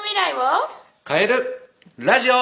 未来を変えるラジオ。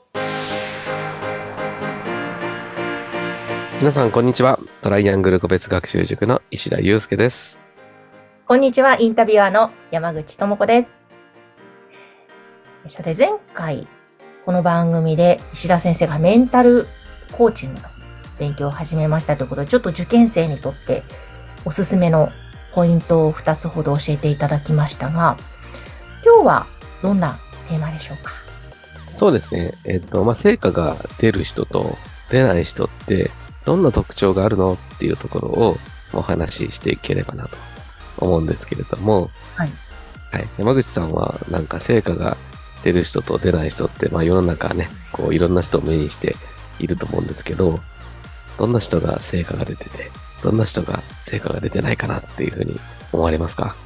皆さんこんにちは。トライアングル個別学習塾の石田祐介です。 こんにちは、インタビュアーの山口智子です。さて、前回この番組で石田先生がメンタルコーチングの勉強を始めましたということで、ちょっと受験生にとっておすすめのポイントを2つほど教えていただきましたが、今日はどんなテーマでしょうか？ そうですね。成果が出る人と出ない人ってどんな特徴があるのっていうところをお話ししていければなと思うんですけれども、 はい。 はい。山口さんはなんか成果が出る人と出ない人って、世の中ね、こういろんな人を目にしていると思うんですけど、どんな人が成果が出てて、どんな人が成果が出てないかなっていうふうに思われますか？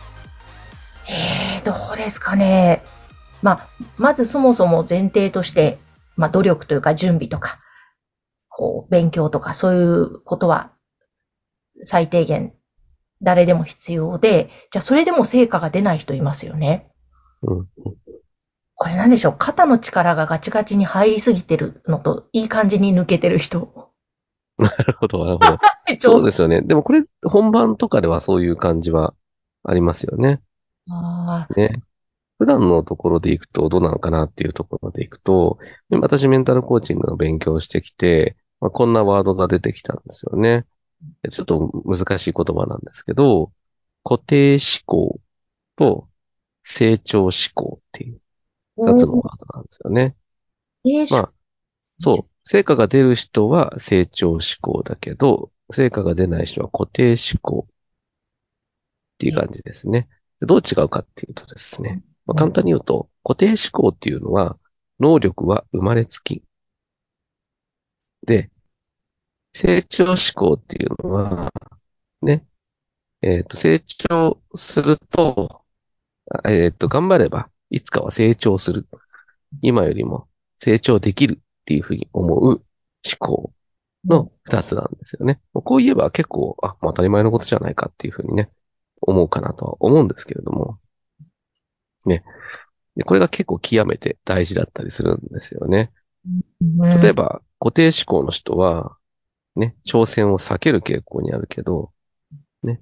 どうですかね。まずそもそも前提として、努力というか準備とか、勉強とかそういうことは最低限誰でも必要で、じゃあそれでも成果が出ない人いますよね。 うん。 これなんでしょう、肩の力がガチガチに入りすぎてるのと、いい感じに抜けてる人。 なるほど、なるほど。そうですよね。でもこれ、本番とかではそういう感じはありますよね。 ああ、 ね。普段のところでいくとどうなのかなっていうところでいくと、私メンタルコーチングの勉強をしてきて、こんなワードが出てきたんですよね。ちょっと難しい言葉なんですけど、固定思考と成長思考っていう二おー、 つのワードなんですよね。 で、 まあ、そう。成果が出る人は成長思考だけど、成果が出ない人は固定思考っていう感じですね。でどう違うかっていうとですね、簡単に言うと、固定思考っていうのは、能力は生まれつき。で、成長思考っていうのは、ね、成長すると、頑張れば、いつかは成長する。今よりも成長できるっていうふうに思う思考の二つなんですよね。こう言えば結構、当たり前のことじゃないかっていうふうにね、思うかなとは思うんですけれども、ね。で、これが結構極めて大事だったりするんですよね。例えば、固定思考の人は、ね、挑戦を避ける傾向にあるけど、ね、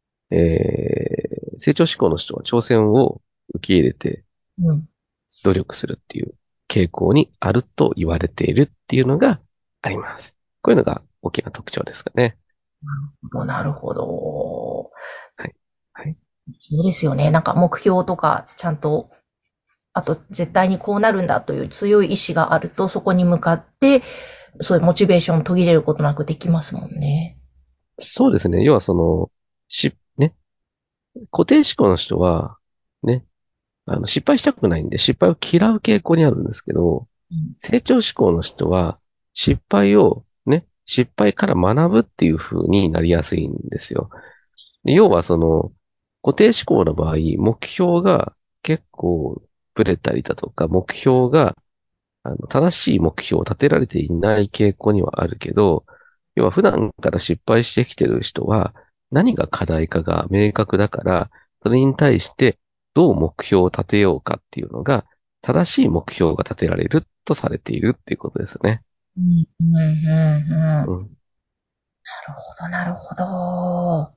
成長志向の人は挑戦を受け入れて努力するっていう傾向にあると言われているっていうのがあります。こういうのが大きな特徴ですかね。 なるほど。 はい。はい。 そうですよね。なんか目標とかちゃんと、あと絶対にこうなるんだという強い意志があると、そこに向かって、そういうモチベーションを途切れることなくできますもんね。 そうですね。要はね、固定思考の人は、ね、失敗したくないんで失敗を嫌う傾向にあるんですけど、成長志向の人は失敗をね、失敗から学ぶっていう風になりやすいんですよ。で要は固定思考の場合、目標が結構ブレたりだとか、目標が、正しい目標を立てられていない傾向にはあるけど、要は普段から失敗してきてる人は、何が課題かが明確だから、それに対してどう目標を立てようかっていうのが、正しい目標が立てられるとされているっていうことですね。 なるうん。 ほど、なるほど。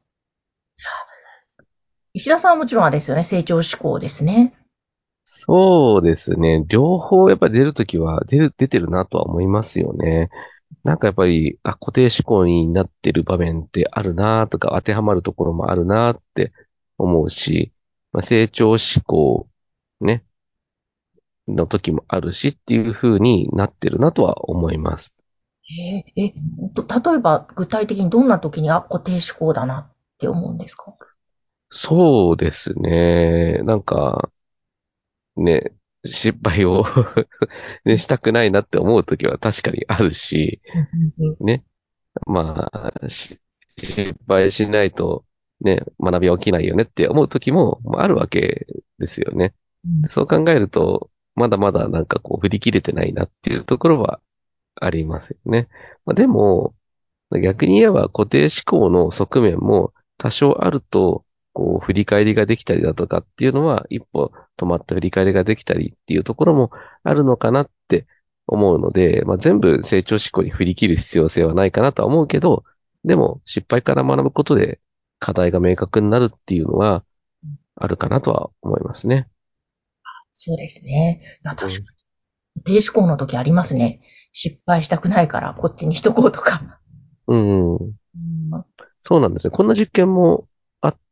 石田さんはもちろんあれですよね、成長志向ですね。 そうですね。両方やっぱり出るときは出てるなとは思いますよね。なんかやっぱり、固定思考になってる場面ってあるなとか、当てはまるところもあるなって思うし、成長志向ね、の時もあるしっていう風になってるなとは思います。 ええ、え、例えば具体的にどんな時に、固定思考だなって思うんですか？ そうですね。なんか、ね、失敗をね、したくないなって思う時は確かにあるし、 うんうんうんね、失敗しないとね、学びは起きないよねって思う時もあるわけですよね。そう考えると、まだまだなんかこう振り切れてないなっていうところはありますよね。でも、逆に言えば固定思考の側面も多少あるとこう、振り返りができたりだとかっていうのは、一歩止まった振り返りができたりっていうところもあるのかなって思うので、まあ、全部成長志向に振り切る必要性はないかなとは思うけど、でも失敗から学ぶことで課題が明確になるっていうのはあるかなとは思いますね。 そうですね。いや、確かうん。 に。低思考の時ありますね。失敗したくないからこっちにしとこうとか。 うん。 うん。 そうなんですね。こんな実験もあって、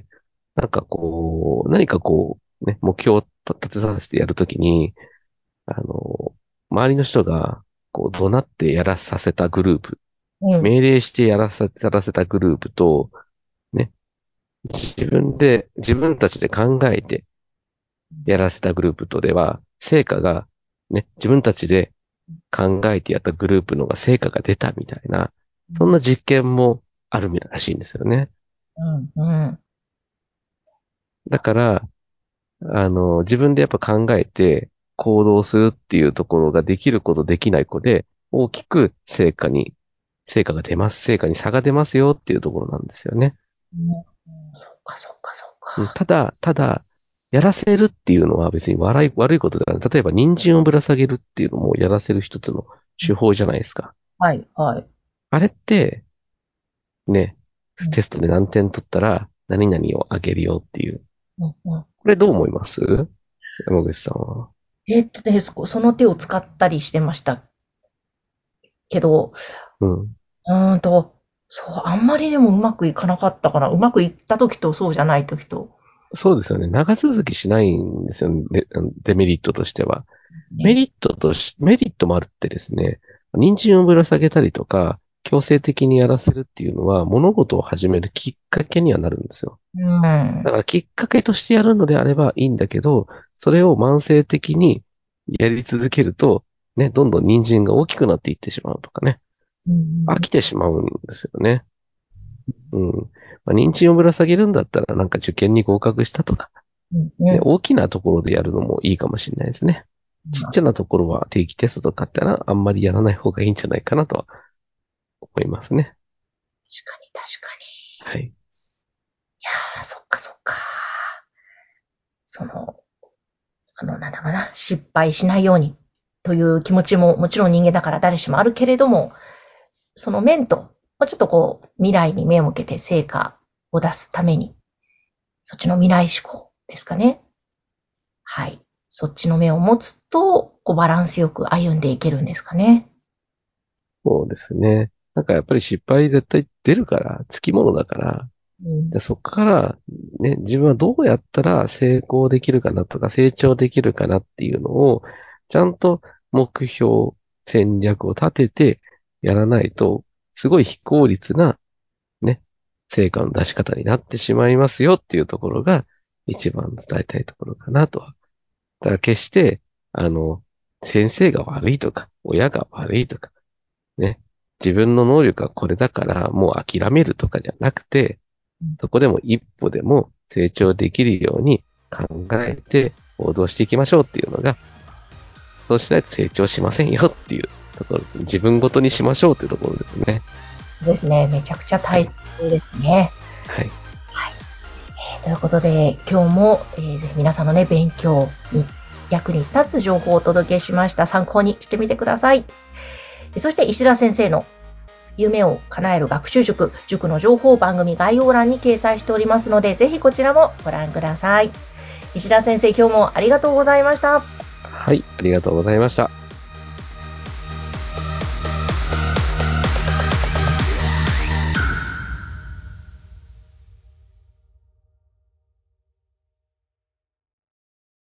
なんかこう、何かこう、ね、目標を立てさせてやるときに、あの、周りの人が、こう、怒鳴ってやらさせたグループ、 うん。 命令してやらせたグループと、ね、自分たちで考えてやらせたグループとでは、成果が、ね、自分たちで考えてやったグループのが成果が出たみたいな、そんな実験もあるらしいんですよね。 うん。うん。 だから、自分でやっぱ考えて行動するっていうところができる子とできない子で、大きく成果が出ます、成果に差が出ますよっていうところなんですよね。 そっかそっかそっうん、 か。 ただ、やらせるっていうのは別に悪いことではない。例えば、人参をぶら下げるっていうのもやらせる一つの手法じゃないですか。 はい、はい。 あれって、ね、 うん、 テストで何点取ったら何々をあげるよっていう。 うん、うん。 これどう思います？山口さんは。 で、その手を使ったりしてましたけど、 うん。 うーんと、そう、あんまりでもうまくいかなかったかな。うまくいった時とそうじゃない時と。 そうですよね。長続きしないんですよね。デメリットとしては。 ね。 メリットもあるってですね、人参をぶら下げたりとか、強制的にやらせるっていうのは、物事を始めるきっかけにはなるんですよ。 うん。 だからきっかけとしてやるのであればいいんだけど、それを慢性的にやり続けると、ね、どんどん人参が大きくなっていってしまうとかね、 うん。 飽きてしまうんですよね。うん。まあ、人参をぶら下げるんだったら、なんか受験に合格したとか、 うん。うね、 ん。 大きなところでやるのもいいかもしれないですね。ちっちゃなところは定期テストとかってのはあんまりやらない方がいいんじゃないかなとは思いますね。 確かに、確かに。 はい。 いやー、そっかそっか。その、なんだろうな、失敗しないようにという気持ちももちろん人間だから誰しもあるけれども、その面と、もうちょっとこう、未来に目を向けて成果を出すために、そっちの未来志向ですかね。はい。そっちの目を持つと、こうバランスよく歩んでいけるんですかね。 そうですね。なんかやっぱり失敗絶対出るから、つきものだから、 うん。 でそこからね、自分はどうやったら成功できるかなとか成長できるかなっていうのを、ちゃんと目標、戦略を立ててやらないと、すごい非効率なね、成果の出し方になってしまいますよっていうところが一番伝えたいところかなとは。だから決して、あの、先生が悪いとか、親が悪いとか、ね、自分の能力はこれだからもう諦めるとかじゃなくて、そこでも一歩でも成長できるように考えて行動していきましょうっていうのが、そうしないと成長しませんよっていうところですね。自分ごとにしましょうっていうところですね。 ですね。めちゃくちゃ大切はい。 ですね。 はい。 はい。ということで、今日も、ぜひ皆さんのね、勉強に役に立つ情報をお届けしました。参考にしてみてください。そして石田先生の夢を叶える学習塾の情報を番組概要欄に掲載しておりますので、ぜひこちらもご覧ください。石田先生、今日もありがとうございました。 はい。ありがとうございました。